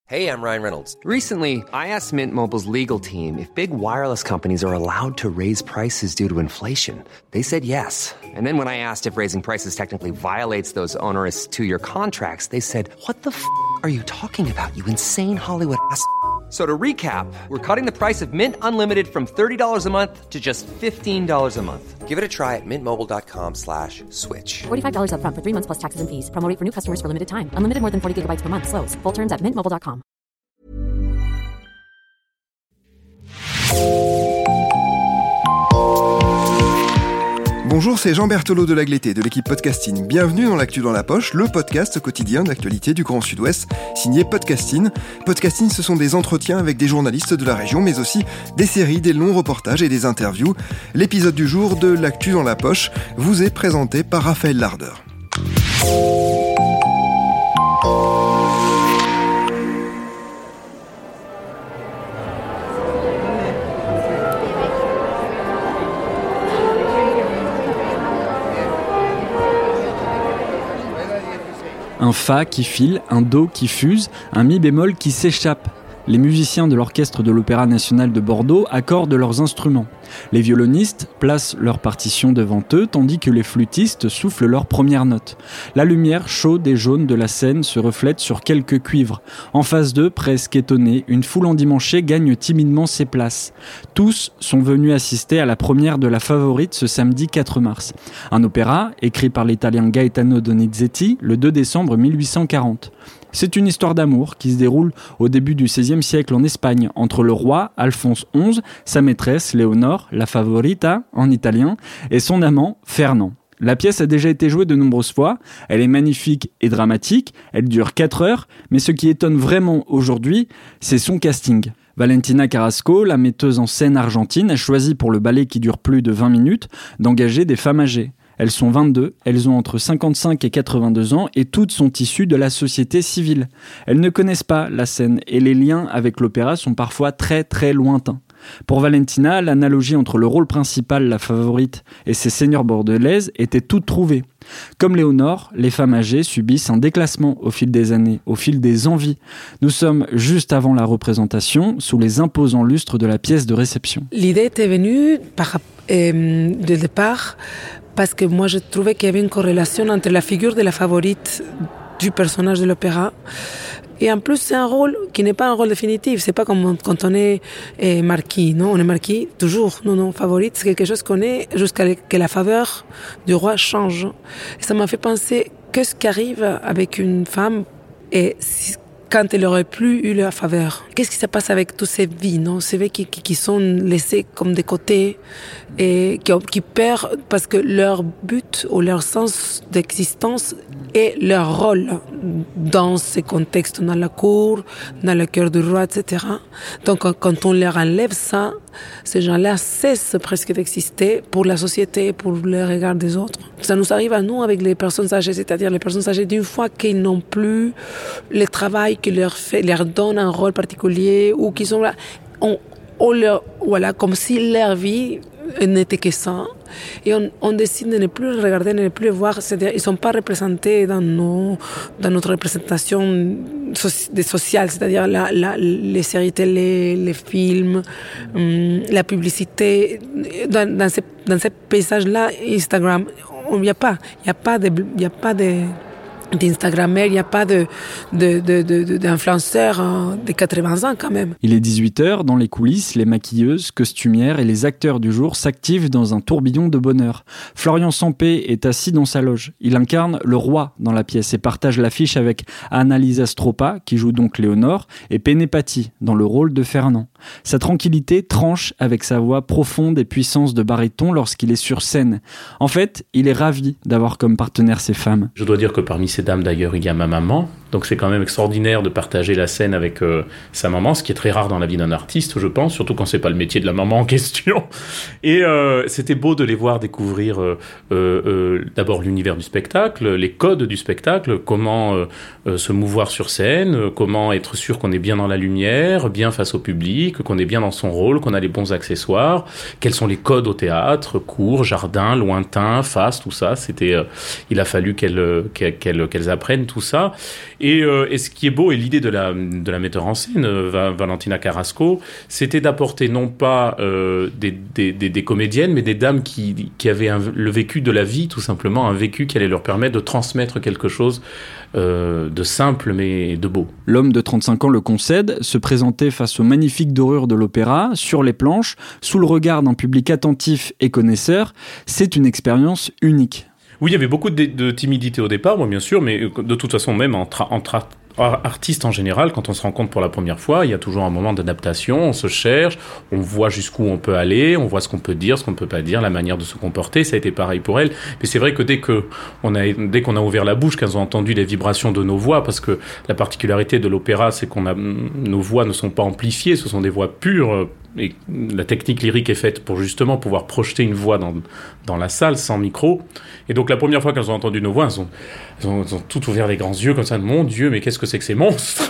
Hey, I'm Ryan Reynolds. Recently, I asked Mint Mobile's legal team if big wireless companies are allowed to raise prices due to inflation. They said yes. And then when I asked if raising prices technically violates those onerous two-year contracts, they said, "What the f*** are you talking about, you insane Hollywood ass?" So to recap, we're cutting the price of Mint Unlimited from $30 a month to just $15 a month. Give it a try at mintmobile.com/switch. $45 up front for 3 months plus taxes and fees. Promo rate for new customers for limited time. Unlimited more than 40 gigabytes per month. Slows full terms at mintmobile.com. Bonjour, c'est Jean Berthelot de Lagleté de l'équipe Podcasting. Bienvenue dans l'Actu dans la poche, le podcast quotidien d'actualité du Grand Sud-Ouest, signé Podcasting. Podcasting, ce sont des entretiens avec des journalistes de la région, mais aussi des séries, des longs reportages et des interviews. L'épisode du jour de l'Actu dans la poche vous est présenté par Raphaël Lardeur. Un fa qui file, un do qui fuse, un mi bémol qui s'échappe. Les musiciens de l'Orchestre de l'Opéra National de Bordeaux accordent leurs instruments. Les violonistes placent leurs partitions devant eux, tandis que les flûtistes soufflent leurs premières notes. La lumière chaude et jaune de la scène se reflète sur quelques cuivres. En face d'eux, presque étonnés, une foule endimanchée gagne timidement ses places. Tous sont venus assister à la première de La Favorite ce samedi 4 mars. Un opéra écrit par l'italien Gaetano Donizetti le 2 décembre 1840. C'est une histoire d'amour qui se déroule au début du XVIe siècle en Espagne, entre le roi Alphonse XI, sa maîtresse Léonore, la favorita en italien, et son amant Fernand. La pièce a déjà été jouée de nombreuses fois, elle est magnifique et dramatique, elle dure 4 heures, mais ce qui étonne vraiment aujourd'hui, c'est son casting. Valentina Carrasco, la metteuse en scène argentine, a choisi pour le ballet qui dure plus de 20 minutes d'engager des femmes âgées. Elles sont 22, elles ont entre 55 et 82 ans et toutes sont issues de la société civile. Elles ne connaissent pas la scène et les liens avec l'opéra sont parfois très très lointains. Pour Valentina, l'analogie entre le rôle principal, La Favorite, et ses seigneurs bordelaises était toute trouvée. Comme Léonore, les femmes âgées subissent un déclassement au fil des années, au fil des envies. Nous sommes juste avant la représentation, sous les imposants lustres de la pièce de réception. L'idée était venue de départ parce que moi je trouvais qu'il y avait une corrélation entre la figure de la favorite du personnage de l'opéra et en plus c'est un rôle qui n'est pas un rôle définitif, c'est pas comme quand on est marquis, non, on est marquis toujours, non, favorite c'est quelque chose qu'on est jusqu'à ce que la faveur du roi change. Et ça m'a fait penser qu'est-ce qui arrive avec une femme et quand elle n'aurait plus eu la faveur. Qu'est-ce qui se passe avec toutes ces vies, non? Ces vies qui sont laissées comme de côté et qui perdent parce que leur but ou leur sens d'existence est leur rôle dans ces contextes, dans la cour, dans le cœur du roi, etc. Donc quand on leur enlève ça, ces gens-là cessent presque d'exister pour la société, pour le regard des autres. Ça nous arrive à nous avec les personnes âgées, c'est-à-dire les personnes âgées d'une fois qu'ils n'ont plus le travail qui leur donne un rôle particulier ou qu'ils sont là, comme si leur vie n'était que ça. Et on décide de ne plus les regarder, de ne plus les voir. C'est-à-dire, ils ne sont pas représentés dans notre représentation sociale, c'est-à-dire les séries télé, les films, la publicité. Dans ces paysages-là, Instagram, il n'y a pas d'Instagrammeurs, il n'y a pas d'influenceurs de 80 ans quand même. Il est 18h, dans les coulisses, les maquilleuses, costumières et les acteurs du jour s'activent dans un tourbillon de bonheur. Florian Sampé est assis dans sa loge. Il incarne le roi dans la pièce et partage l'affiche avec Annalisa Stroppa, qui joue donc Léonore, et Penepati, dans le rôle de Fernand. Sa tranquillité tranche avec sa voix profonde et puissance de baryton lorsqu'il est sur scène. En fait, il est ravi d'avoir comme partenaire ces femmes. Je dois dire que parmi ces dames d'ailleurs, il y a ma maman. Donc c'est quand même extraordinaire de partager la scène avec sa maman, ce qui est très rare dans la vie d'un artiste, je pense, surtout quand c'est pas le métier de la maman en question. Et c'était beau de les voir découvrir d'abord l'univers du spectacle, les codes du spectacle, comment se mouvoir sur scène, comment être sûr qu'on est bien dans la lumière, bien face au public, qu'on est bien dans son rôle, qu'on a les bons accessoires, quels sont les codes au théâtre, court, jardin, lointain, face, tout ça. Il a fallu qu'elle qu'elles apprennent tout ça. Et ce qui est beau, et l'idée de la metteur en scène, Valentina Carrasco, c'était d'apporter non pas des comédiennes, mais des dames qui avaient le vécu de la vie, tout simplement, un vécu qui allait leur permettre de transmettre quelque chose de simple mais de beau. L'homme de 35 ans le concède, se présenter face aux magnifiques dorures de l'opéra, sur les planches, sous le regard d'un public attentif et connaisseur, c'est une expérience unique. Oui, il y avait beaucoup de timidité au départ, moi bien sûr, mais de toute façon, même entre artistes en général, quand on se rencontre pour la première fois, il y a toujours un moment d'adaptation, on se cherche, on voit jusqu'où on peut aller, on voit ce qu'on peut dire, ce qu'on ne peut pas dire, la manière de se comporter. Ça a été pareil pour elle. Mais c'est vrai que dès qu'on a ouvert la bouche, qu'elles ont entendu les vibrations de nos voix, parce que la particularité de l'opéra, c'est nos voix ne sont pas amplifiées, ce sont des voix pures. Et la technique lyrique est faite pour justement pouvoir projeter une voix dans la salle sans micro. Et donc la première fois qu'elles ont entendu nos voix, elles ont toutes ouvert les grands yeux comme ça. Mon Dieu, mais qu'est-ce que c'est que ces monstres?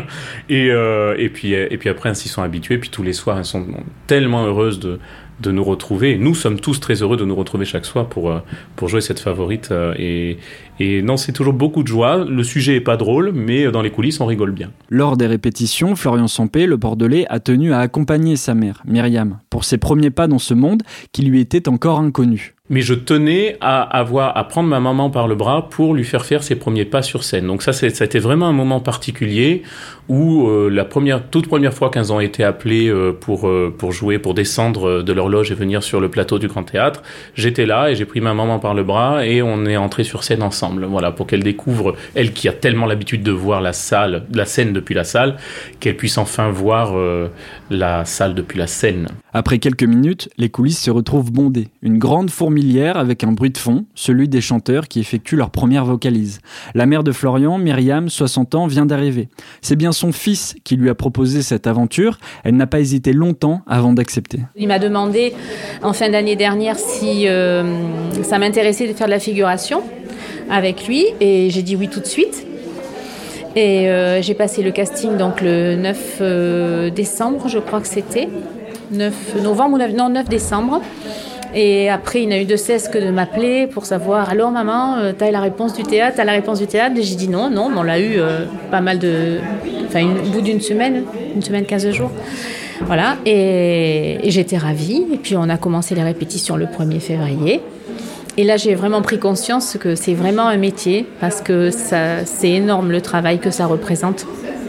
et puis après, elles s'y sont habituées. Puis tous les soirs, elles sont tellement heureuses de nous retrouver. Et nous sommes tous très heureux de nous retrouver chaque soir pour jouer cette favorite. Et non, c'est toujours beaucoup de joie. Le sujet est pas drôle, mais dans les coulisses, on rigole bien. Lors des répétitions, Florian Sampé, le Bordelais, a tenu à accompagner sa mère, Myriam, pour ses premiers pas dans ce monde qui lui était encore inconnu. Mais je tenais à prendre ma maman par le bras pour lui faire ses premiers pas sur scène. Donc ça a été vraiment un moment particulier où toute première fois qu'elles ont été appelées pour jouer, pour descendre de leur loge et venir sur le plateau du Grand Théâtre, j'étais là et j'ai pris ma maman par le bras et on est entré sur scène ensemble. Voilà, pour qu'elle découvre, elle qui a tellement l'habitude de voir la scène depuis la salle, qu'elle puisse enfin voir la salle depuis la scène. Après quelques minutes, les coulisses se retrouvent bondées. Une grande fourmilière avec un bruit de fond, celui des chanteurs qui effectuent leur première vocalise. La mère de Florian, Myriam, 60 ans, vient d'arriver. C'est bien son fils qui lui a proposé cette aventure. Elle n'a pas hésité longtemps avant d'accepter. Il m'a demandé en fin d'année dernière si ça m'intéressait de faire de la figuration avec lui et j'ai dit oui tout de suite. Et j'ai passé le casting donc le 9 décembre, je crois que c'était. 9 décembre. Et après, il n'a eu de cesse que de m'appeler pour savoir « Alors maman, t'as la réponse du théâtre, Et j'ai dit non, on l'a eu pas mal au bout d'une semaine, 15 jours. Voilà, et j'étais ravie. Et puis on a commencé les répétitions le 1er février. Et là, j'ai vraiment pris conscience que c'est vraiment un métier parce que c'est énorme le travail que ça représente.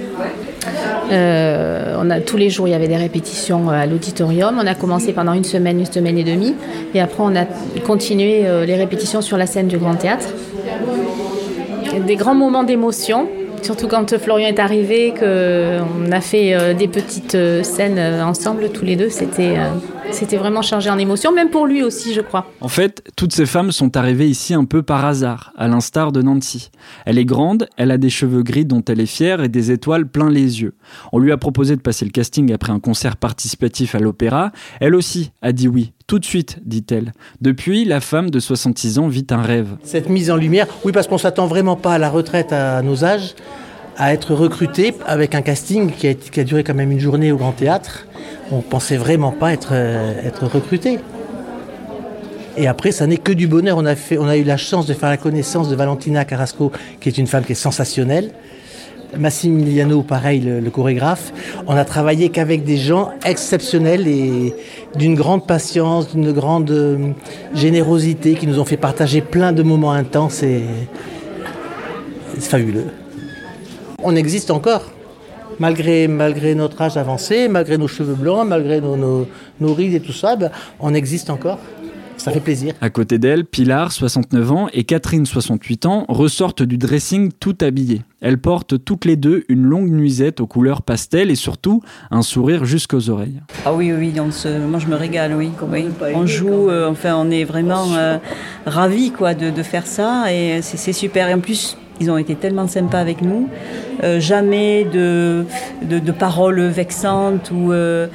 Tous les jours il y avait des répétitions à l'auditorium. On a commencé pendant une semaine et demie et après on a continué les répétitions sur la scène du Grand Théâtre. Des grands moments d'émotion, surtout quand Florian est arrivé, qu'on a fait des petites scènes ensemble tous les deux. C'était vraiment chargé en émotion, même pour lui aussi, je crois. En fait, toutes ces femmes sont arrivées ici un peu par hasard, à l'instar de Nancy. Elle est grande, elle a des cheveux gris dont elle est fière et des étoiles plein les yeux. On lui a proposé de passer le casting après un concert participatif à l'opéra. Elle aussi a dit oui. Tout de suite, dit-elle. Depuis, la femme de 66 ans vit un rêve. Cette mise en lumière, oui, parce qu'on ne s'attend vraiment pas à la retraite à nos âges, à être recruté avec un casting qui a duré quand même une journée au Grand Théâtre. On ne pensait vraiment pas être recruté. Et après, ça n'est que du bonheur. On a eu la chance de faire la connaissance de Valentina Carrasco, qui est une femme qui est sensationnelle. Massimiliano, pareil, le chorégraphe. On a travaillé qu'avec des gens exceptionnels et d'une grande patience, d'une grande générosité, qui nous ont fait partager plein de moments intenses. C'est fabuleux. On existe encore. Malgré notre âge avancé, malgré nos cheveux blancs, malgré nos rides et tout ça, on existe encore. Ça fait plaisir. À côté d'elle, Pilar, 69 ans, et Catherine, 68 ans, ressortent du dressing tout habillées. Elles portent toutes les deux une longue nuisette aux couleurs pastel et surtout un sourire jusqu'aux oreilles. Ah oui, moi je me régale, oui. On joue, on est vraiment ravis de faire ça et c'est super. Et en plus, ils ont été tellement sympas avec nous. Jamais de paroles vexantes ou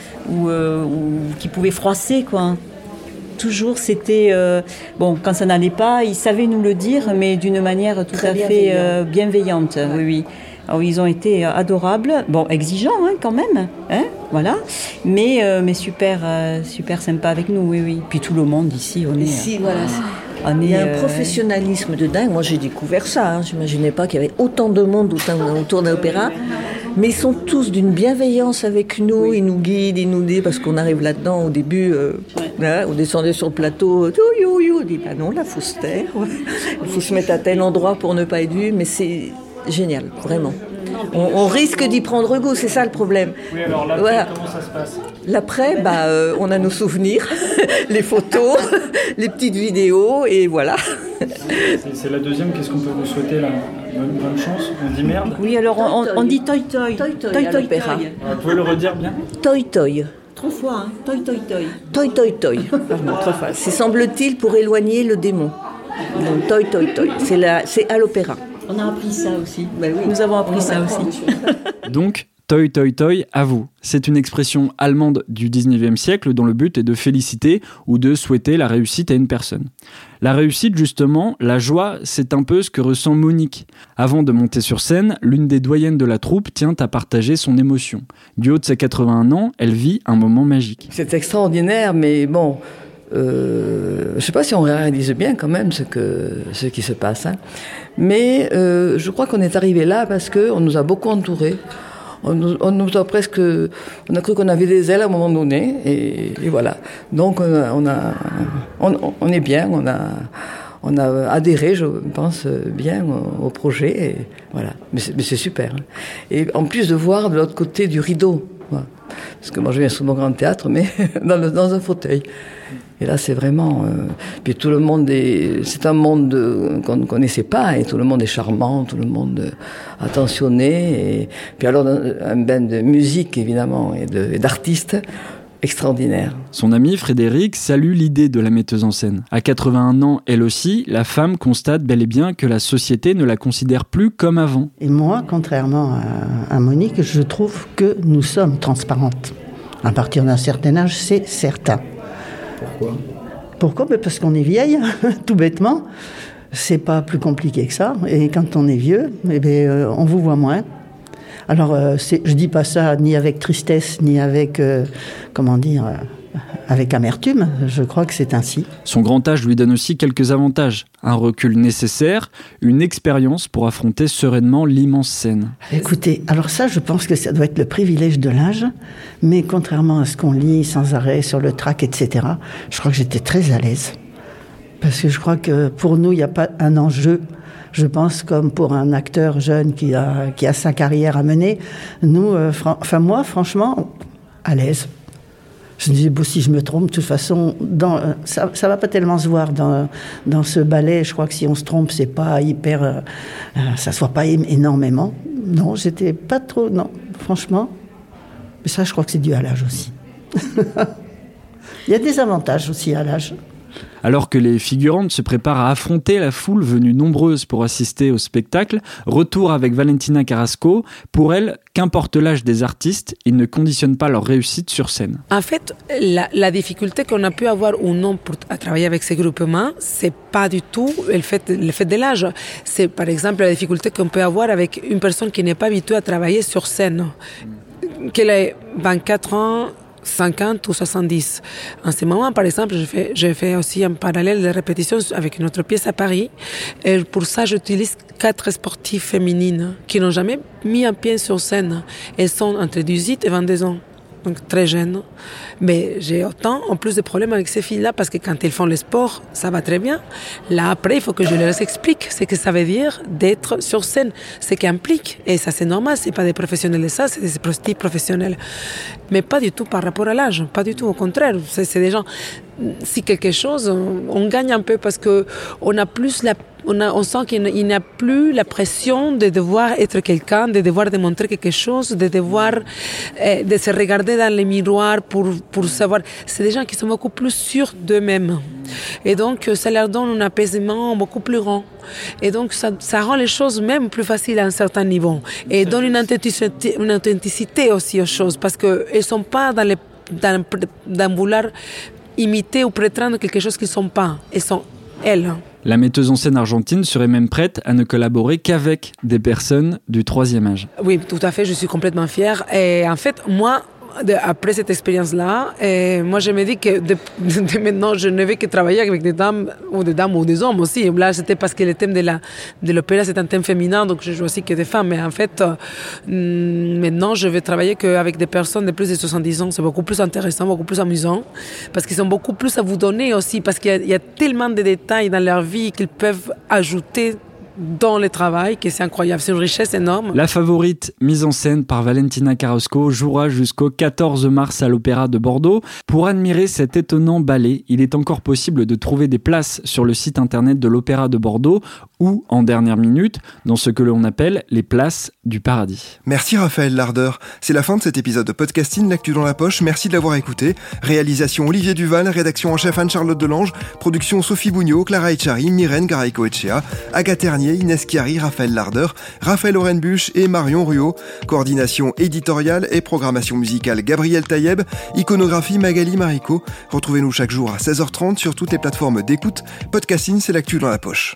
qui pouvaient froisser, quoi. Toujours, c'était... quand ça n'allait pas, ils savaient nous le dire, mais d'une manière tout à fait bienveillante. Oui. Alors, ils ont été adorables. Bon, exigeants, quand même. Voilà. Mais super sympa avec nous, oui. Puis tout le monde ici, on est... Ici, voilà. On Il y a est, un professionnalisme de dingue. Moi, j'ai découvert ça. Hein. J'imaginais pas qu'il y avait autant de monde autour d'un opéra. Mais ils sont tous d'une bienveillance avec nous. Oui. Ils nous guident, ils nous disent, parce qu'on arrive là-dedans au début, on descendait sur le plateau, on dit, bah non, là, il faut se taire. Il faut se mettre à tel endroit pour ne pas être vu. Mais c'est génial, vraiment. On risque d'y prendre goût, c'est ça le problème. Oui, alors l'après, comment ça se passe ? L'après, on a nos souvenirs, les photos, les petites vidéos, et voilà. C'est la deuxième, qu'est-ce qu'on peut vous souhaiter là ? Bonne chance, on dit merde ? Oui, alors on dit toi. Toi. Vous pouvez le redire bien ? Toi. 3 fois, hein. Toi. Toi. Pardon, 3 fois. C'est semble-t-il pour éloigner le démon. Donc toi. C'est à l'opéra. On a appris ça aussi. Ben oui. Nous avons appris ça aussi. Donc, toi, à vous. C'est une expression allemande du 19e siècle dont le but est de féliciter ou de souhaiter la réussite à une personne. La réussite, justement, la joie, c'est un peu ce que ressent Monique. Avant de monter sur scène, l'une des doyennes de la troupe tient à partager son émotion. Du haut de ses 81 ans, elle vit un moment magique. C'est extraordinaire, mais bon... je ne sais pas si on réalise bien quand même ce qui se passe. Hein. Mais je crois qu'on est arrivé là parce qu'on nous a beaucoup entourés. On nous a presque... On a cru qu'on avait des ailes à un moment donné. Et voilà. Donc on est bien. On a adhéré, je pense, bien au projet. Et voilà. Mais c'est super. Hein. Et en plus de voir de l'autre côté du rideau. Voilà. Parce que moi je viens souvent au Grand Théâtre, mais dans un fauteuil. Et là, c'est vraiment... puis tout le monde c'est un monde qu'on ne connaissait pas, et tout le monde est charmant, tout le monde attentionné. Et puis alors, un bain de musique, évidemment, et d'artistes extraordinaires. Son ami Frédéric salue l'idée de la metteuse en scène. À 81 ans, elle aussi, la femme constate bel et bien que la société ne la considère plus comme avant. Et moi, contrairement à Monique, je trouve que nous sommes transparentes. À partir d'un certain âge, c'est certain. Pourquoi ? Parce qu'on est vieille, tout bêtement. C'est pas plus compliqué que ça. Et quand on est vieux, on vous voit moins. Alors, je dis pas ça ni avec tristesse, ni avec, avec amertume. Je crois que c'est ainsi. Son grand âge lui donne aussi quelques avantages. Un recul nécessaire, une expérience pour affronter sereinement l'immense scène. Écoutez, alors ça, je pense que ça doit être le privilège de l'âge. Mais contrairement à ce qu'on lit sans arrêt sur le trac, etc., je crois que j'étais très à l'aise. Parce que je crois que pour nous, il n'y a pas un enjeu. Je pense comme pour un acteur jeune qui a sa carrière à mener. Nous, moi, franchement, à l'aise. Je me disais, si je me trompe, de toute façon, ça va pas tellement se voir dans ce ballet. Je crois que si on se trompe, c'est pas hyper... ça se voit pas énormément. Non, j'étais pas trop... Non, franchement. Mais ça, je crois que c'est dû à l'âge aussi. Il y a des avantages aussi à l'âge. Alors que les figurantes se préparent à affronter la foule venue nombreuse pour assister au spectacle, retour avec Valentina Carrasco. Pour elle, qu'importe l'âge des artistes, ils ne conditionnent pas leur réussite sur scène. En fait, la difficulté qu'on a pu avoir ou non à travailler avec ces groupements, c'est pas du tout le fait de l'âge. C'est par exemple la difficulté qu'on peut avoir avec une personne qui n'est pas habituée à travailler sur scène, qu'elle ait 24 ans, 50 ou 70. En ce moment, par exemple, j'ai fait aussi en parallèle des répétitions avec une autre pièce à Paris. Et pour ça, j'utilise 4 sportives féminines qui n'ont jamais mis un pied sur scène. Elles sont entre 18 et 22 ans. Donc très jeunes. Mais j'ai autant, en plus, de problèmes avec ces filles-là, parce que quand elles font le sport, ça va très bien. Là, après, il faut que je leur explique ce que ça veut dire d'être sur scène, ce qu'implique. Et ça, c'est normal, c'est pas des professionnels de ça, c'est des sportifs professionnels. Mais pas du tout par rapport à l'âge, pas du tout, au contraire. C'est des gens, si quelque chose, on gagne un peu parce que on a plus on sent qu'il n'y a plus la pression de devoir être quelqu'un, de devoir démontrer quelque chose, de devoir de se regarder dans le miroir pour savoir. C'est des gens qui sont beaucoup plus sûrs d'eux-mêmes. Et donc, ça leur donne un apaisement beaucoup plus grand. Et donc, ça rend les choses même plus faciles à un certain niveau. Et donne une authenticité aussi aux choses, parce qu'elles ne sont pas dans vouloir imiter ou prétendre quelque chose qu'ils ne sont pas. Elles sont elles. La metteuse en scène argentine serait même prête à ne collaborer qu'avec des personnes du 3e âge. Oui, tout à fait, je suis complètement fière. Et en fait, moi, après cette expérience-là, moi je me dis que de maintenant, je ne vais que travailler avec des dames ou des hommes aussi. Là, c'était parce que le thème de l'opéra, c'est un thème féminin, donc je choisis que des femmes. Mais en fait, maintenant, je vais travailler qu'avec des personnes de plus de 70 ans. C'est beaucoup plus intéressant, beaucoup plus amusant, parce qu'ils ont beaucoup plus à vous donner aussi, parce qu'il y a tellement de détails dans leur vie qu'ils peuvent ajouter dans le travail, que c'est incroyable, c'est une richesse énorme. La Favorite, mise en scène par Valentina Carrasco, jouera jusqu'au 14 mars à l'Opéra de Bordeaux. Pour admirer cet étonnant ballet, il est encore possible de trouver des places sur le site internet de l'Opéra de Bordeaux ou en dernière minute dans ce que l'on appelle les places du paradis. Merci Raphaël Larder. C'est la fin de cet épisode de Podcasting, l'actu dans la poche. Merci de l'avoir écouté. Réalisation Olivier Duval, rédaction en chef Anne-Charlotte Delange, production Sophie Bougnot, Clara Echari, Myrène Garay-Coetchea, Agathe Ternier, Inès Chiari, Raphaël Larder, Raphaël Orenbuch et Marion Ruot. Coordination éditoriale et programmation musicale Gabriel Taïeb, iconographie Magali Marico. Retrouvez-nous chaque jour à 16h30 sur toutes les plateformes d'écoute. Podcasting, c'est l'actu dans la poche.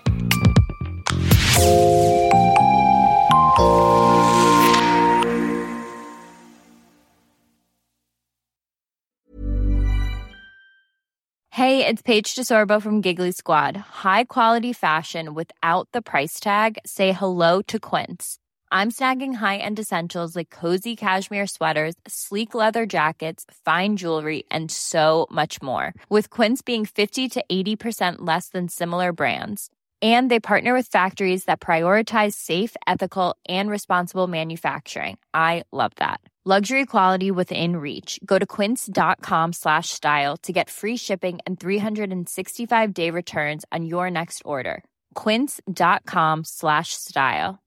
Hey, it's Paige DeSorbo from Giggly Squad. High quality fashion without the price tag. Say hello to Quince. I'm snagging high-end essentials like cozy cashmere sweaters, sleek leather jackets, fine jewelry, and so much more. With Quince being 50 to 80% less than similar brands. And they partner with factories that prioritize safe, ethical, and responsible manufacturing. I love that. Luxury quality within reach. Go to quince.com/style to get free shipping and 365-day returns on your next order. Quince.com/style.